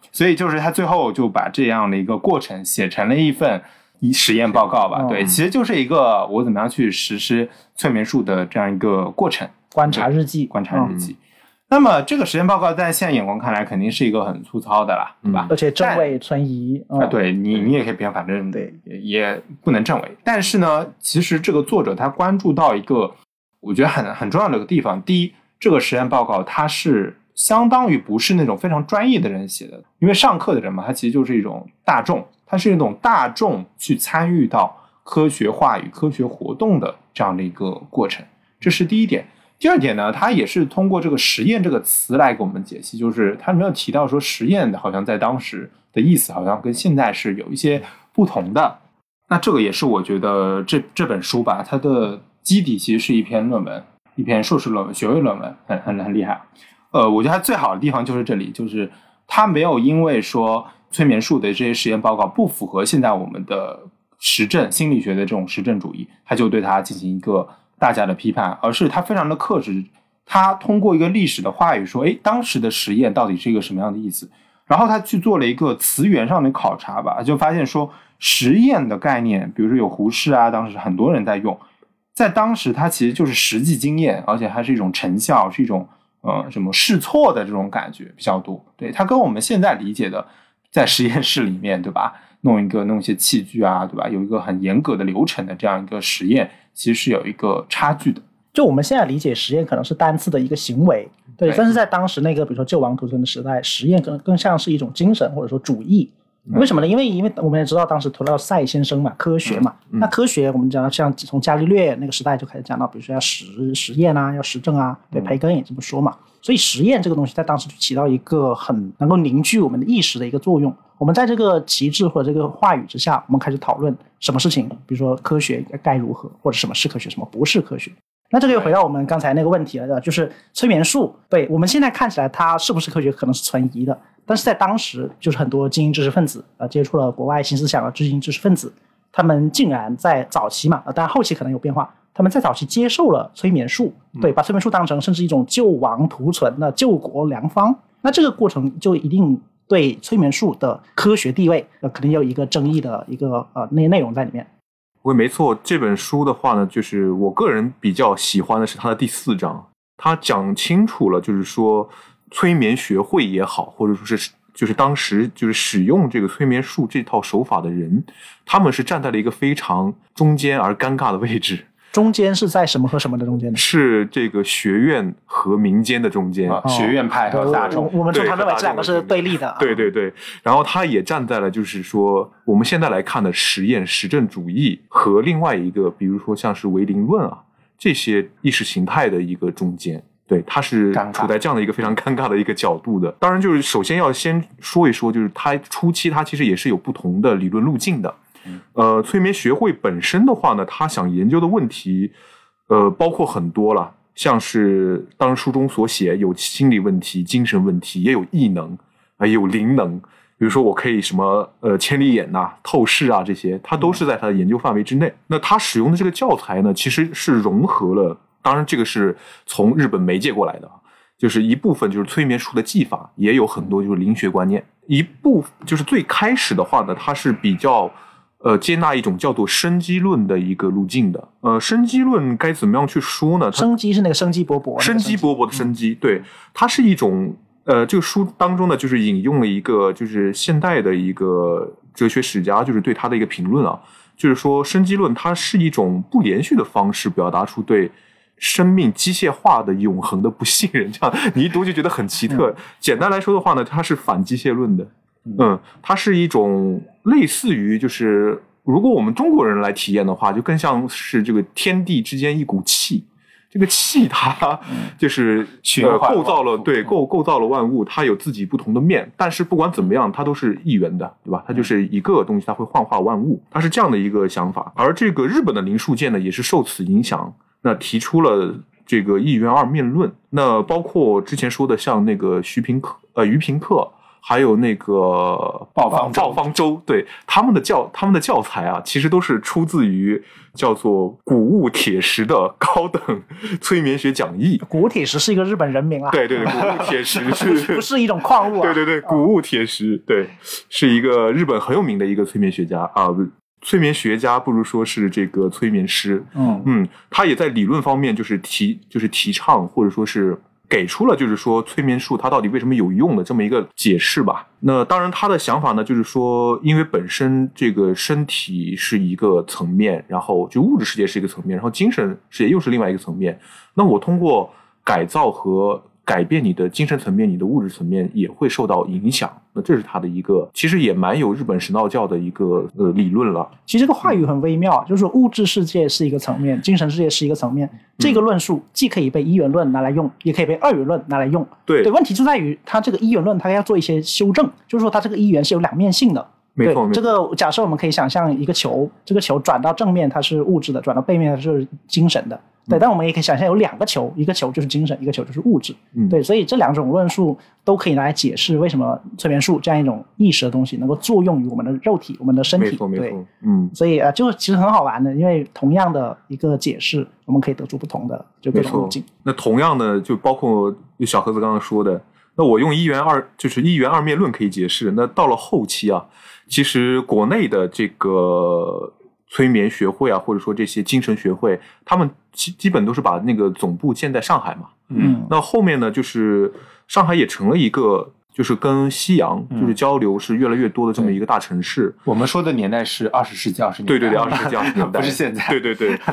所以就是他最后就把这样的一个过程写成了一份实验报告吧。对，其实就是一个我怎么样去实施催眠术的这样一个过程， 观察日记。 那么这个实验报告在现在眼光看来肯定是一个很粗糙的啦，对吧？ 而且证伪存疑对你也可以编，反正对也不能证伪。但是呢，其实这个作者他关注到一个我觉得很重要的一个地方。第一，这个实验报告它是相当于不是那种非常专业的人写的，因为上课的人嘛，他其实就是一种大众，它是一种大众去参与到科学话语、科学活动的这样的一个过程，这是第一点。第二点呢，他也是通过这个实验这个词来给我们解析，就是他没有提到说实验好像在当时的意思好像跟现在是有一些不同的。那这个也是我觉得这本书吧，它的基底其实是一篇论文，一篇硕士论文、学位论文，很厉害。我觉得它最好的地方就是这里，就是它没有因为说催眠术的这些实验报告不符合现在我们的实证心理学的这种实证主义，它就对它进行一个大家的批判，而是他非常的克制，他通过一个历史的话语说，当时的实验到底是一个什么样的意思，然后他去做了一个词源上的考察吧，就发现说实验的概念，比如说有胡适啊，当时很多人在用，在当时它其实就是实际经验，而且还是一种成效，是一种什么试错的这种感觉比较多。对，它跟我们现在理解的在实验室里面，对吧，弄一些器具啊，对吧，有一个很严格的流程的这样一个实验，其实是有一个差距的。 就我们现在理解实验可能是单次的一个行为，对，但是在当时那个比如说救亡图存的时代，实验更像是一种精神或者说主义。为什么呢？因为我们也知道当时提到赛先生嘛，科学嘛，那科学我们讲到像从伽利略那个时代就开始讲到，比如说要实验啊，要实证啊，对，培根也这么说嘛。所以实验这个东西在当时就起到一个很能够凝聚我们的意识的一个作用。我们在这个旗帜或者这个话语之下，我们开始讨论什么事情，比如说科学该如何，或者什么是科学，什么不是科学。那这个又回到我们刚才那个问题了，就是催眠术，对，我们现在看起来它是不是科学可能是存疑的，但是在当时就是很多精英知识分子接触了国外新思想的精英知识分子，他们竟然在早期嘛，当然后期可能有变化，他们在早期接受了催眠术，对，把催眠术当成甚至一种救亡图存的救国良方。那这个过程就一定对催眠术的科学地位肯定有一个争议的一个内容在里面。 没错，这本书的话呢，就是我个人比较喜欢的是它的第4章，它讲清楚了，就是说催眠学会也好，或者说是就是当时就是使用这个催眠术这套手法的人，他们是站在了一个非常中间而尴尬的位置。 中间是在什么和什么的中间呢？ 是这个学院和民间的中间， 学院派和大众。 我们通常认为这两个是对立的。 对对对，然后他也站在了就是说我们现在来看的实验实证主义和另外一个比如说像是唯灵论啊这些意识形态的一个中间。对，他是处在这样的一个非常尴尬的一个角度的。当然就是首先要先说一说，就是他初期他其实也是有不同的理论路径的。催眠学会本身的话呢，他想研究的问题包括很多了，像是当书中所写有心理问题、精神问题，也有异能也有灵能，比如说我可以什么千里眼啊、透视啊，这些它都是在他的研究范围之内。那他使用的这个教材呢，其实是融合了，当然这个是从日本媒介过来的，就是一部分就是催眠术的技法，也有很多就是灵学观念，一部分就是最开始的话呢，它是比较接纳一种叫做生机论的一个路径的。生机论该怎么样去说呢？ 生机是那个生机勃勃， 生机勃勃的生机，对，它是一种这个书当中呢，就是引用了一个就是现代的一个哲学史家，就是对他的一个评论啊，就是说生机论它是一种不连续的方式，表达出对生命机械化的永恒的不信任。这样你一读就觉得很奇特。简单来说的话呢，它是反机械论的。它是一种类似于就是如果我们中国人来体验的话，就更像是这个天地之间一股气，这个气它就是构造了构造了万物，它有自己不同的面，但是不管怎么样它都是一元的，对吧？它就是一个东西，它会幻化万物，它是这样的一个想法。而这个日本的灵术界呢，也是受此影响，那提出了这个一元二面论。那包括之前说的像那个于平克还有那个鲍方舟，对，他们的教材啊，其实都是出自于叫做谷物铁石的高等催眠学讲义。 谷物铁石是一个日本人名啊。 对，谷物铁石是不是一种矿物啊？ 对，谷物铁石，对，是一个日本很有名的一个催眠学家啊。催眠学家不如说是这个催眠师。他也在理论方面就是提倡或者说是给出了就是说催眠术它到底为什么有用的这么一个解释吧。那当然他的想法呢，就是说因为本身这个身体是一个层面，然后就物质世界是一个层面，然后精神世界又是另外一个层面，那我通过改造和改变你的精神层面，你的物质层面也会受到影响。那这是他的一个其实也蛮有日本神道教的一个理论了。 其实这个话语很微妙，就是说物质世界是一个层面，精神世界是一个层面。这个论述既可以被一元论拿来用，也可以被二元论拿来用。对，问题就在于它这个一元论它要做一些修正，就是说它这个一元是有两面性的。 没错， 这个假设我们可以想象一个球，这个球转到正面它是物质的，转到背面它是精神的。对，但我们也可以想象有两个球，一个球就是精神，一个球就是物质。对，所以这两种论述都可以拿来解释为什么催眠术这样一种意识的东西能够作用于我们的肉体、我们的身体。 没错。 对，所以就其实很好玩的，因为同样的一个解释，我们可以得出不同的就各种路径。 那同样的，就包括小盒子刚刚说的，那我用一元二面论可以解释。那到了后期啊，其实国内的这个催眠学会啊，或者说这些精神学会，他们基本都是把那个总部建在上海嘛。那后面呢，就是上海也成了一个就是跟西洋就是交流是越来越多的这么一个大城市。 我们说的年代是20世纪20年代。 对，20世纪20年代， 不是现在。 对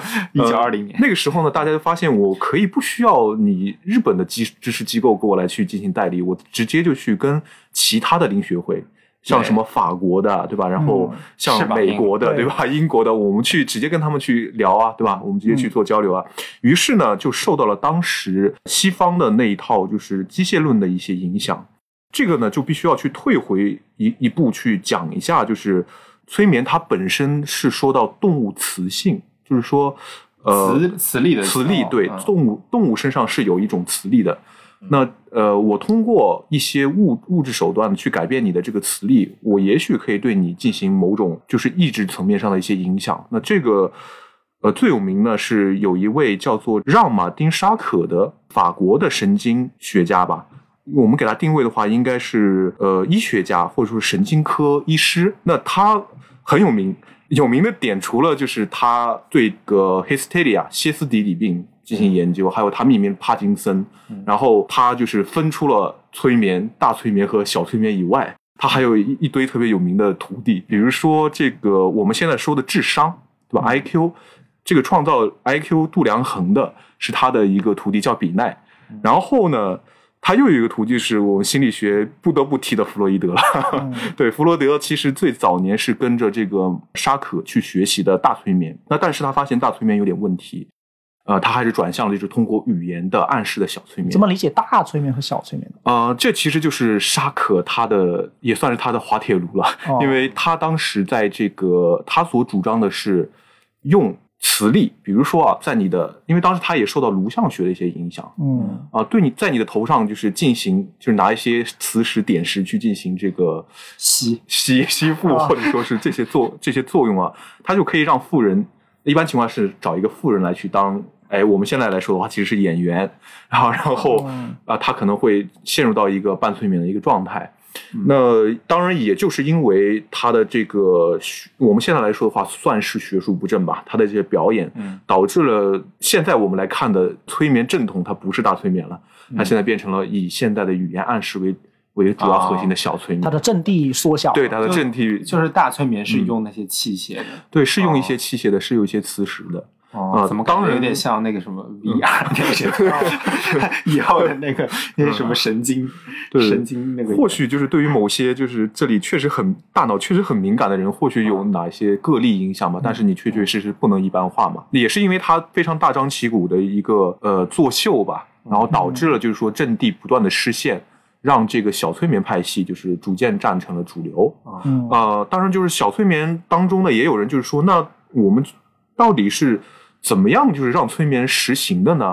1920年。 那个时候呢，大家就发现我可以不需要你日本的知识机构给我来去进行代理，我直接就去跟其他的灵学会。像什么法国的，对吧？然后像美国的，对吧？英国的，我们去直接跟他们去聊啊，对吧？我们直接去做交流啊。于是呢，就受到了当时西方的那一套就是机械论的一些影响。这个呢，就必须要去退回一步去讲一下，就是催眠它本身是说到动物磁性，就是说磁力的磁力，对，动物身上是有一种磁力的。那我通过一些物质手段去改变你的这个磁力，我也许可以对你进行某种就是意志层面上的一些影响。那这个最有名呢是有一位叫做让·马丁·沙可的法国的神经学家吧，我们给他定位的话应该是医学家或者说神经科医师。那他很有名的点，除了就是他对个 hysteria 歇斯底里病进行研究，还有他们里面帕金森，然后他就是分出了催眠、大催眠和小催眠以外，他还有一堆特别有名的徒弟，比如说这个我们现在说的智商，对吧 ？IQ， 这个创造 IQ 度量衡的是他的一个徒弟叫比奈，然后呢，他又有一个徒弟是我们心理学不得不提的弗洛伊德了。对，弗洛伊德其实最早年是跟着这个沙可去学习的大催眠，那但是他发现大催眠有点问题。他还是转向了就是通过语言的暗示的小催眠。 怎么理解大催眠和小催眠这其实就是沙可他的也算是他的滑铁卢了。因为他当时在这个他所主张的是用磁力，比如说啊，在你的，因为当时他也受到颅相学的一些影响，对你在你的头上就是进行，就是拿一些磁石点石去进行这个吸附，或者说是这些作用啊，它就可以让富人，一般情况是找一个富人来去当。我们现在来说的话，其实是演员，然后他可能会陷入到一个半催眠的一个状态。那当然，也就是因为他的这个，我们现在来说的话，算是学术不正吧。他的这些表演，导致了现在我们来看的催眠正统，它不是大催眠了，它现在变成了以现代的语言暗示为主要核心的小催眠。 它的阵地缩小， 对，它的阵地就是大催眠是用那些器械的， 对，是用一些器械的，是有一些磁石的。 怎么感觉有点像那个什么 VR 那个以后的那个什么神经那个， 或许就是对于某些就是这里确实大脑确实很敏感的人，或许有哪些个例影响吧，但是你确确实实不能一般化嘛。也是因为他非常大张旗鼓的一个作秀吧，然后导致了就是说阵地不断的失陷，让这个小催眠派系就是逐渐站成了主流。当然就是小催眠当中呢，也有人就是说，那我们到底是怎么样就是让催眠实行的呢？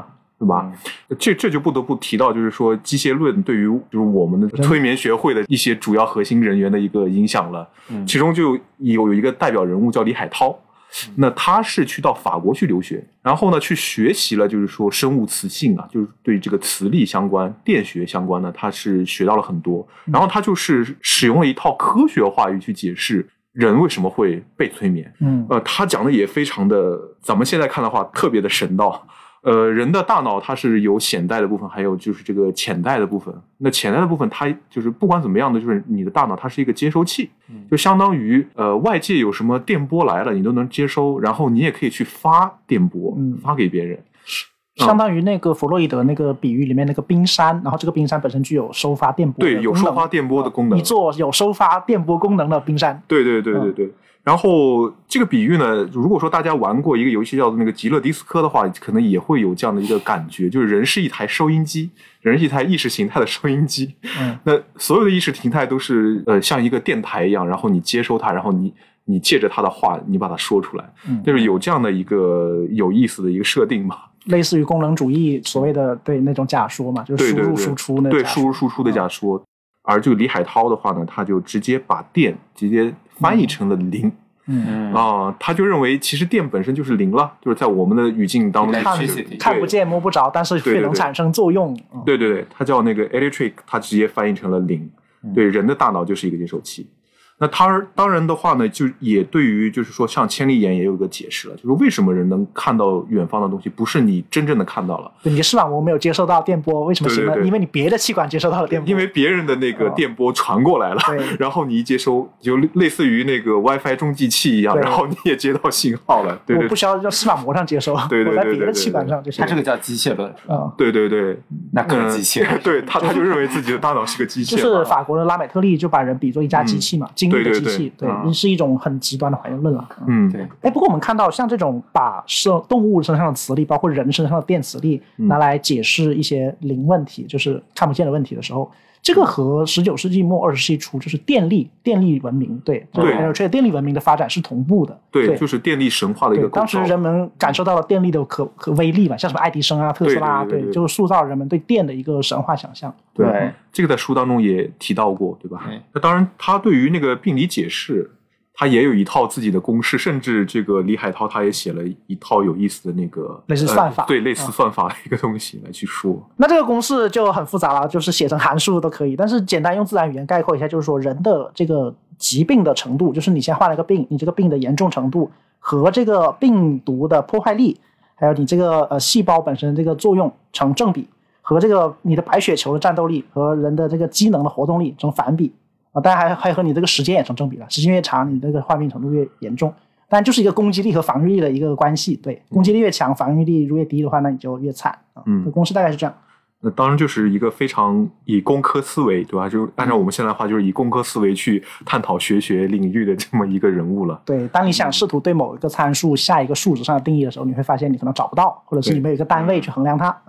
对吧？这就不得不提到，就是说机械论对于就是我们的催眠学会的一些主要核心人员的一个影响了。其中就有一个代表人物叫李海涛，那他是去到法国去留学，然后呢去学习了就是说生物磁性啊，就是对这个磁力相关、电学相关的，他是学到了很多。然后他就是使用了一套科学话语去解释人为什么会被催眠。他讲的也非常的，咱们现在看的话特别的神道。人的大脑它是有显带的部分，还有就是这个潜带的部分。那潜带的部分，它就是不管怎么样的，就是你的大脑它是一个接收器，就相当于外界有什么电波来了，你都能接收，然后你也可以去发电波，发给别人。 相当于那个弗洛伊德那个比喻里面那个冰山，然后这个冰山本身具有收发电波的功能， 对，有收发电波的功能， 一座有收发电波功能的冰山。 对。然后这个比喻呢，如果说大家玩过一个游戏叫做那个极乐迪斯科的话，可能也会有这样的一个感觉，就是人是一台收音机，人是一台意识形态的收音机。那所有的意识形态都是像一个电台一样，然后你接收它，然后你借着它的话，你把它说出来，就是有这样的一个有意思的一个设定嘛。 类似于功能主义所谓的对那种假说嘛，就是输入输出那对输入输出的假说。而这个李海涛的话呢，他就直接把电直接翻译成了零。他就认为其实电本身就是零了，就是在我们的语境当中看不见摸不着，但是却能产生作用。 对，他叫那个 electric， 他直接翻译成了零。对，人的大脑就是一个接收器。那他当然的话呢，就也对于就是说像千里眼也有一个解释了，就是为什么人能看到远方的东西，不是你真正的看到了， 你的视网膜没有接收到电波，为什么行呢？因为你别的气管接收到了电波， 因为别人的那个电波传过来了，然后你一接收，就类似于那个 WiFi 中继器一样，然后你也接到信号了。对， 我不需要在视网膜上接收，我在别的气管上就行。 他这个叫机械论， 对， 那可机械， 对，他就认为自己的大脑是个机械， 就是法国的拉美特利就把人比作一架机器嘛，精密的机器，对，是一种很极端的还原论了。对。不过我们看到像这种把动物身上的磁力，包括人身上的电磁力拿来解释一些零问题，就是看不见的问题的时候，这个和19世纪末20世纪初就是电力文明，对，还有这个电力文明的发展是同步的。 对，就是电力神话的一个构造。 当时人们感受到了电力的可威力嘛，像什么爱迪生啊、特斯拉，对，就塑造人们对电的一个神话想象。 对，这个在书当中也提到过，对吧？那当然，他对于那个病理解释，他也有一套自己的公式，甚至这个李海涛他也写了一套有意思的那个类似算法， 对，类似算法的一个东西来去说。 那这个公式就很复杂了，就是写成函数都可以，但是简单用自然语言概括一下，就是说人的这个疾病的程度，就是你先患了个病，你这个病的严重程度和这个病毒的破坏力，还有你这个细胞本身这个作用成正比，和这个你的白血球的战斗力和人的这个机能的活动力成反比。当然还和你这个时间也成正比了，时间越长，你这个患病程度越严重。当然就是一个攻击力和防御力的一个关系，对，攻击力越强，防御力越低的话，那你就越惨。公式大概是这样。 那当然就是一个非常以工科思维，对吧？就按照我们现在的话，就是以工科思维去探讨学领域的这么一个人物了。 对，当你想试图对某一个参数下一个数值上的定义的时候，你会发现你可能找不到，或者是你没有一个单位去衡量它。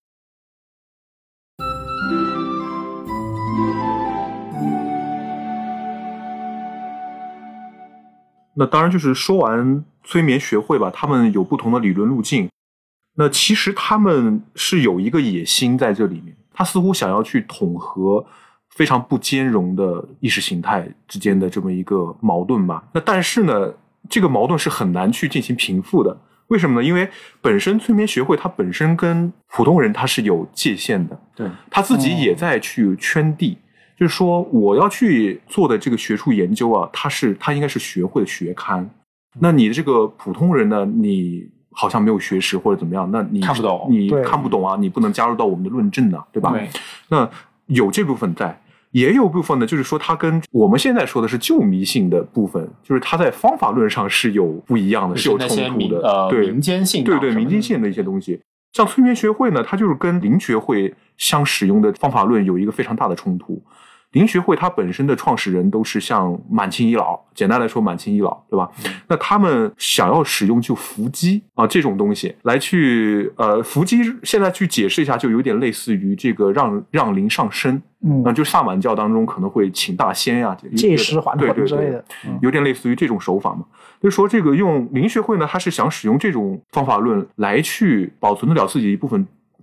那当然就是说完催眠学会吧，他们有不同的理论路径。那其实他们是有一个野心在这里面，他似乎想要去统合非常不兼容的意识形态之间的这么一个矛盾吧。那但是呢，这个矛盾是很难去进行平复的。为什么呢？因为本身催眠学会它本身跟普通人它是有界限的， 对， 他自己也在去圈地。就是说我要去做的这个学术研究啊，它应该是学会的学刊。那你的这个普通人呢，你好像没有学识或者怎么样，那你看不懂， 你看不懂啊，你不能加入到我们的论证啊，对吧？ 对。 那有这部分在，也有部分呢，就是说它跟我们现在说的是旧迷信的部分，就是它在方法论上是有不一样的，是有冲突的。对， 民间性， 对，民间性的一些东西。像催眠学会呢，它就是跟灵学会相使用的方法论有一个非常大的冲突。灵学会它本身的创始人都是像满清遗老，简单来说满清遗老，对吧？那他们想要使用就伏击啊这种东西来去伏击，现在去解释一下，就有点类似于这个让灵上身，就萨满教当中可能会请大仙呀、 借尸还魂之类的， 有点类似于这种手法嘛。就是说这个用灵学会呢，它是想使用这种方法论来去保存得了自己一部分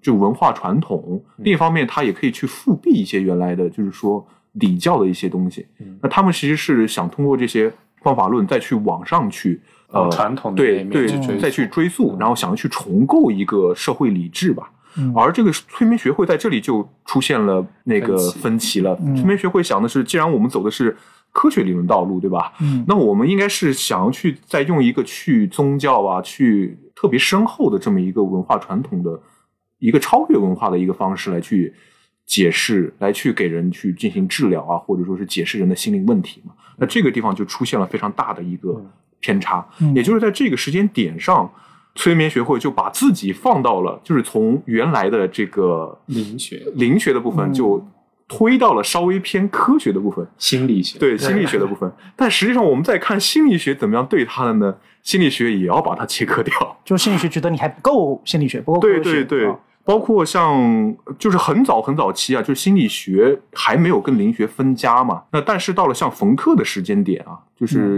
这个文化传统，另一方面他也可以去复辟一些原来的就是说礼教的一些东西。那他们其实是想通过这些方法论再去往上去传统的对再去追溯，然后想要去重构一个社会理智吧。而这个催眠学会在这里就出现了那个分歧了。催眠学会想的是，既然我们走的是科学理论道路，对吧？那我们应该是想要去再用一个去宗教啊，去特别深厚的这么一个文化传统的一个超越文化的一个方式来去解释，来去给人去进行治疗啊，或者说是解释人的心理问题嘛。那这个地方就出现了非常大的一个偏差，也就是在这个时间点上，催眠学会就把自己放到了就是从原来的这个灵学的部分就推到了稍微偏科学的部分， 心理学， 对心理学的部分。但实际上我们再看心理学怎么样对它的呢？心理学也要把它切割掉， 就心理学觉得你还不够心理学，不够科学。 对。包括像就是很早期啊，就是心理学还没有跟灵学分家嘛。那但是到了像冯特的时间点啊，就是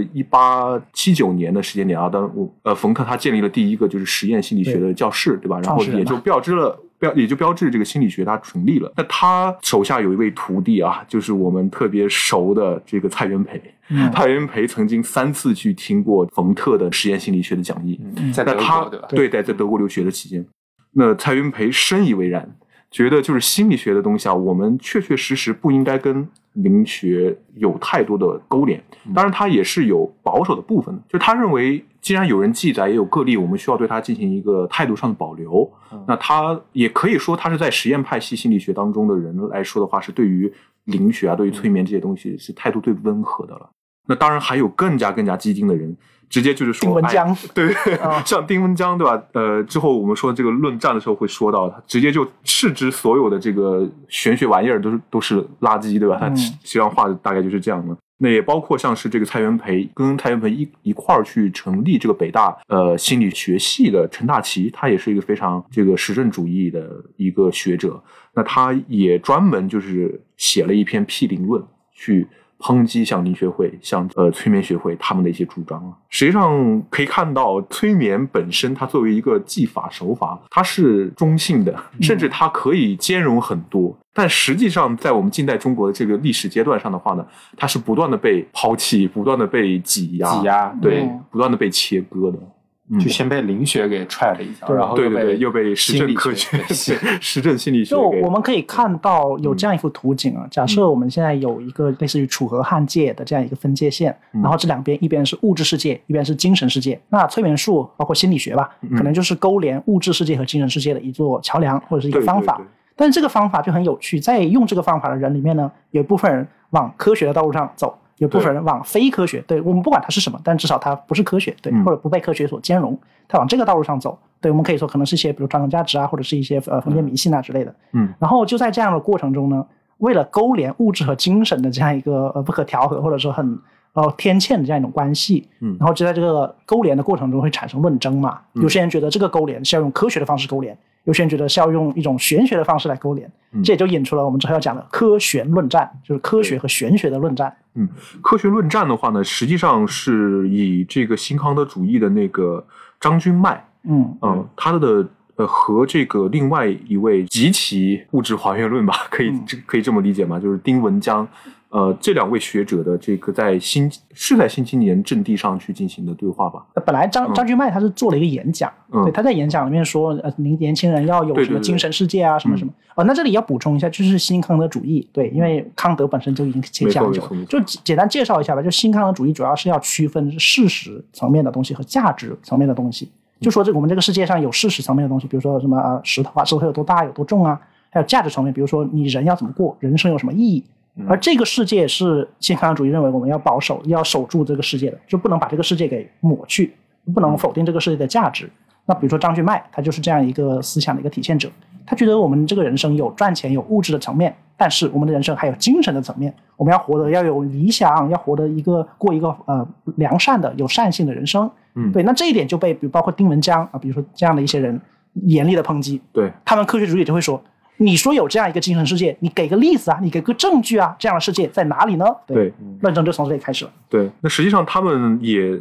1879年的时间点啊，当然冯特他建立了第一个就是实验心理学的教室，对吧？然后也就标志这个心理学它成立了。那他手下有一位徒弟啊，就是我们特别熟的这个蔡元培。蔡元培曾经3次去听过冯特的实验心理学的讲义， 在德国对吧？ 对，在德国留学的期间。那蔡元培深以为然，觉得就是心理学的东西啊，我们确实不应该跟灵学有太多的勾连。当然他也是有保守的部分的，就是他认为既然有人记载也有个例，我们需要对他进行一个态度上的保留。那他也可以说他是在实验派系心理学当中的人来说的话，是对于灵学啊，对于催眠这些东西是态度最温和的了。那当然还有更加激进的人，直接就是说丁文江， 对，像丁文江，对吧？之后我们说这个论战的时候会说到，他直接就斥之所有的这个玄学玩意儿都是垃圾，对吧？他实际上话大概就是这样的。那也包括像是这个蔡元培跟蔡元培一块儿去成立这个北大心理学系的陈大奇，他也是一个非常这个实证主义的一个学者。那他也专门就是写了一篇批评论去抨击像灵学会、像催眠学会他们的一些主张啊。实际上可以看到，催眠本身它作为一个技法手法，它是中性的，甚至它可以兼容很多。但实际上，在我们近代中国的这个历史阶段上的话呢，它是不断的被抛弃，不断的被挤压，对，不断的被切割的。 就先被灵学给踹了一脚，然后又被实证科学、实证心理学。 就我们可以看到有这样一幅图景啊，假设我们现在有一个类似于楚河汉界的这样一个分界线，然后这两边一边是物质世界，一边是精神世界。那催眠术包括心理学吧，可能就是勾连物质世界和精神世界的一座桥梁或者是一个方法。但是这个方法就很有趣，在用这个方法的人里面呢，有一部分人往科学的道路上走，有部分人往非科学，对，我们不管它是什么，但至少它不是科学，对，或者不被科学所兼容，它往这个道路上走，对，我们可以说可能是一些比如传统价值啊，或者是一些封建迷信啊之类的。然后就在这样的过程中呢，为了勾连物质和精神的这样一个不可调和或者说很天堑的这样一种关系，然后就在这个勾连的过程中会产生论争嘛。有些人觉得这个勾连是要用科学的方式勾连，有些人觉得是要用一种玄学的方式来勾连，这也就引出了我们之后要讲的科玄论战，就是科学和玄学的论战。 科学论战的话呢，实际上是以这个新康德主义的那个张君迈，他的和这个另外一位极其物质还原论吧，可以这么理解吗？就是丁文江。这两位学者的这个在新青年阵地上去进行的对话吧。 本来张君迈他是做了一个演讲，对，他在演讲里面说，年轻人要有什么精神世界啊，什么什么。那这里要补充一下，就是新康德主义，对，因为康德本身就已经讲究，就简单介绍一下吧。就新康德主义主要是要区分事实层面的东西和价值层面的东西。就说我们这个世界上有事实层面的东西，比如说什么石头有多大有多重啊，还有价值层面，比如说你人要怎么过，人生有什么意义。而这个世界是新康德主义认为我们要保守要守住这个世界的，就不能把这个世界给抹去，不能否定这个世界的价值。那比如说张君迈他就是这样一个思想的一个体现者，他觉得我们这个人生有赚钱有物质的层面，但是我们的人生还有精神的层面，我们要活得要有理想，要活得过一个良善的有善性的人生。对，那这一点就被包括丁文江比如说这样的一些人严厉的抨击。 对， 他们科学主义就会说，你说有这样一个精神世界，你给个例子啊，你给个证据啊，这样的世界在哪里呢？对，论证就从这里开始了。 对，那实际上他们也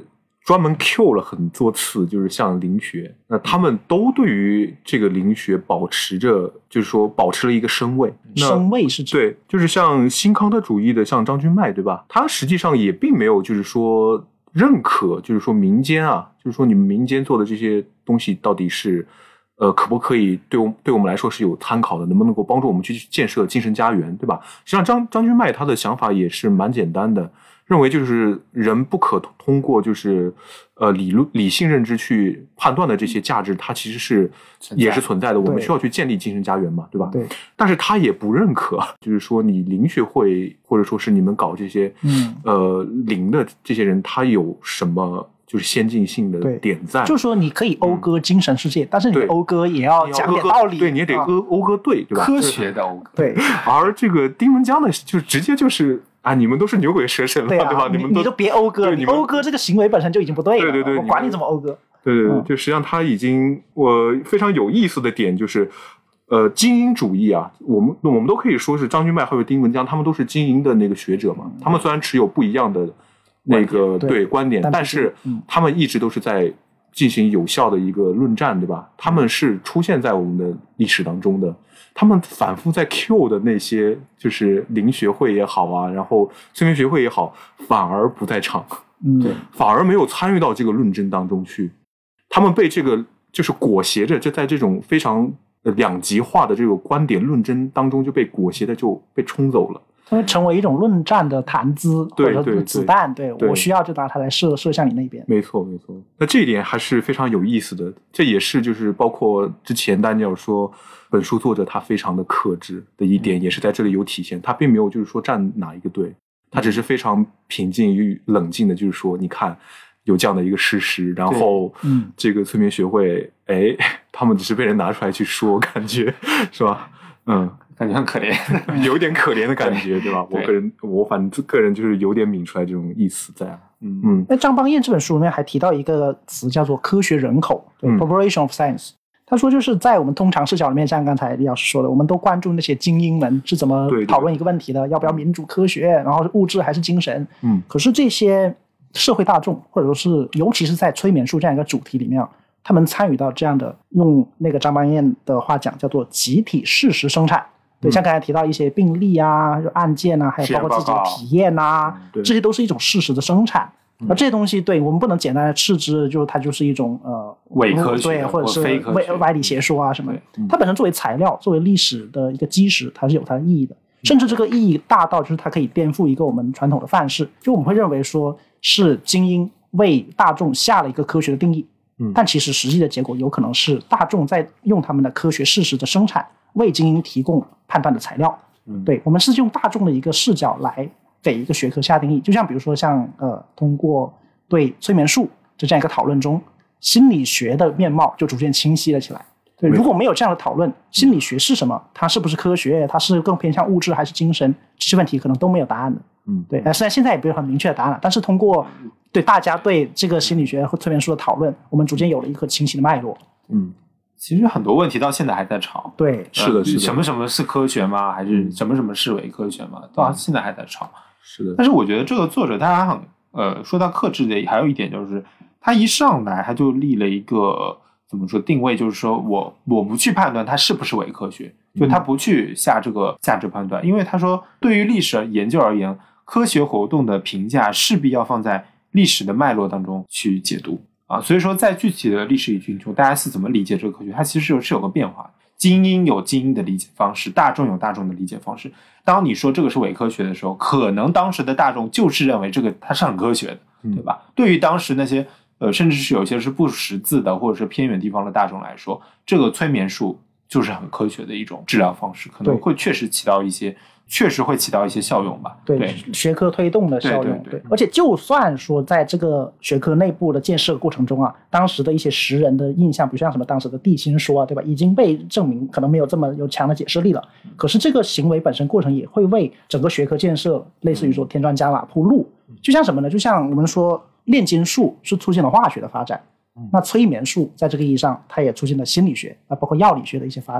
专门 Q 了很多次，就是像灵学，那他们都对于这个灵学保持着，就是说保持了一个身位。 身位是指对，就是像新康德主义的，像张君迈，对吧？他实际上也并没有就是说认可，就是说民间啊，就是说你们民间做的这些东西到底是可不可以对我们来说是有参考的，能不能够帮助我们去建设精神家园，对吧？实际上张君迈他的想法也是蛮简单的。认为就是人不可通过就是理性认知去判断的这些价值，它其实是也是存在的。我们需要去建立精神家园嘛，对吧？ 对。 但是他也不认可，就是说你灵学会或者说是你们搞这些灵的这些人，他有什么就是先进性的点在？ 就是说你可以讴歌精神世界，但是你讴歌也要讲点道理， 对，你也得讴歌对吧？ 科学的讴歌。 对。 而这个丁文江呢，就直接就是你们都是牛鬼蛇神了，对吧？ 你都别讴歌，你讴歌这个行为本身就已经不对了。 对， 我管你怎么讴歌。 对，就实际上他已经非常有意思的点就是，精英主义啊，我们都可以说是张君迈还有丁文江，他们都是精英的那个学者嘛。他们虽然持有不一样的那个观点，但是他们一直都是在进行有效的一个论战，对吧？他们是出现在我们的历史当中的。他们反复在 Q 的那些就是灵学会也好啊，然后催眠学会也好，反而不在场， 对， 反而没有参与到这个论争当中去。他们被这个就是裹挟着，就在这种非常两极化的这个观点论争当中就被裹挟的就被冲走了。 它会成为一种论战的谈资或者子弹，对，我需要就拿它来射向你那边。 没错。那这一点还是非常有意思的，这也是就是包括之前丹尼尔说本书作者他非常的克制的一点，也是在这里有体现。他并没有就是说站哪一个队，他只是非常平静与冷静的，就是说你看有这样的一个事实，然后这个催眠学会，他们只是被人拿出来去说，感觉是吧？ 感觉很可怜， 有点可怜的感觉，对吧？我反正个人就是有点抿出来这种意思在。 那张邦彦这本书里面还提到一个词叫做科学人口，population of science。他说就是在我们通常视角里面，像刚才李老师说的，我们都关注那些精英们是怎么讨论一个问题的，要不要民主科学，然后是物质还是精神。可是这些社会大众，或者说是尤其是在催眠术这样一个主题里面，他们参与到这样的，用那个张邦彦的话讲叫做集体事实生产。对，像刚才提到一些病例啊、案件啊，还有包括自己的体验啊，这些都是一种事实的生产。而这些东西，对我们不能简单的斥之，就是它就是一种伪科学， 对，或者是歪理邪说啊什么的。它本身作为材料，作为历史的一个基石，它是有它的意义的。甚至这个意义大到就是它可以颠覆一个我们传统的范式，就我们会认为说是精英为大众下了一个科学的定义，但其实实际的结果有可能是大众在用他们的科学事实的生产为精英提供判断的材料。对，我们是用大众的一个视角来给一个学科下定义。就像比如说像通过对催眠术这样一个讨论中，心理学的面貌就逐渐清晰了起来。对，如果没有这样的讨论，心理学是什么，它是不是科学，它是更偏向物质还是精神，这些问题可能都没有答案的。对，虽然现在也没有很明确的答案了，但是通过对大家对这个心理学和催眠术的讨论，我们逐渐有了一个清晰的脉络。 其实很多问题到现在还在吵。 对， 是的， 什么是科学吗？还是什么是伪科学吗？到现在还在吵。 是的。 但是我觉得这个作者他很说到克制的，还有一点就是他一上来他就立了一个怎么说定位，就是说我不去判断它是不是伪科学，就他不去下这个价值判断，因为他说对于历史研究而言，科学活动的评价势必要放在历史的脉络当中去解读。所以说在具体的历史语境中，大家是怎么理解这个科学，它其实是有个变化。精英有精英的理解方式，大众有大众的理解方式。当你说这个是伪科学的时候，可能当时的大众就是认为这个它是很科学的，对吧？对于当时那些甚至是有些是不识字的或者是偏远地方的大众来说，这个催眠术就是很科学的一种治疗方式，可能会确实会起到一些效用吧。 对，学科推动的效用。对，而且就算说在这个学科内部的建设过程中啊，当时的一些时人的印象，比如像什么当时的地心说啊，对吧，已经被证明可能没有这么有强的解释力了。可是这个行为本身过程也会为整个学科建设，类似于说添砖加瓦铺路。就像什么呢？就像我们说炼金术是促进了化学的发展，那催眠术在这个意义上它也促进了心理学包括药理学的一些发展。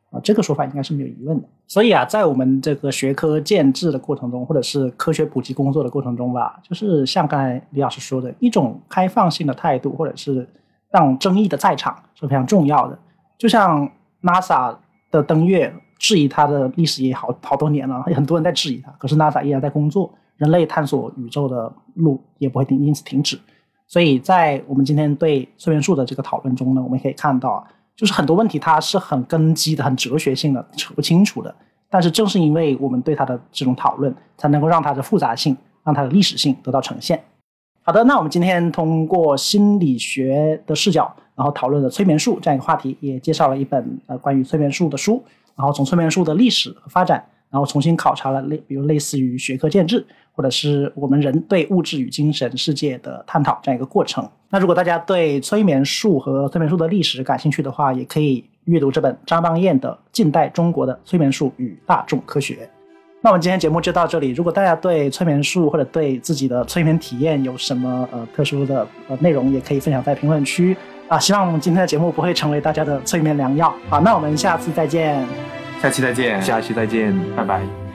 这个说法应该是没有疑问的。所以在我们这个学科建制的过程中，或者是科学普及工作的过程中吧，就是像刚才李老师说的，一种开放性的态度，或者是让争议的在场是非常重要的。就像 NASA 的登月，质疑它的历史也好多年了，很多人在质疑它，可是 NASA 依然在工作，人类探索宇宙的路也不会因此停止。所以在我们今天对催眠术的这个讨论中呢，我们可以看到就是很多问题它是很根基的、很哲学性的、扯不清楚的，但是正是因为我们对它的这种讨论，才能够让它的复杂性、让它的历史性得到呈现。好的，那我们今天通过心理学的视角，然后讨论了催眠术这样一个话题，也介绍了一本关于催眠术的书，然后从催眠术的历史和发展，然后重新考察了比如类似于学科建制，或者是我们人对物质与精神世界的探讨这样一个过程。那如果大家对催眠术和催眠术的历史感兴趣的话，也可以阅读这本张邦彦的《近代中国的催眠术与大众科学》。那我们今天节目就到这里，如果大家对催眠术或者对自己的催眠体验有什么特殊的内容，也可以分享在评论区希望我们今天的节目不会成为大家的催眠良药。好，那我们下次再见。 下期再见， 下期再见， 拜拜。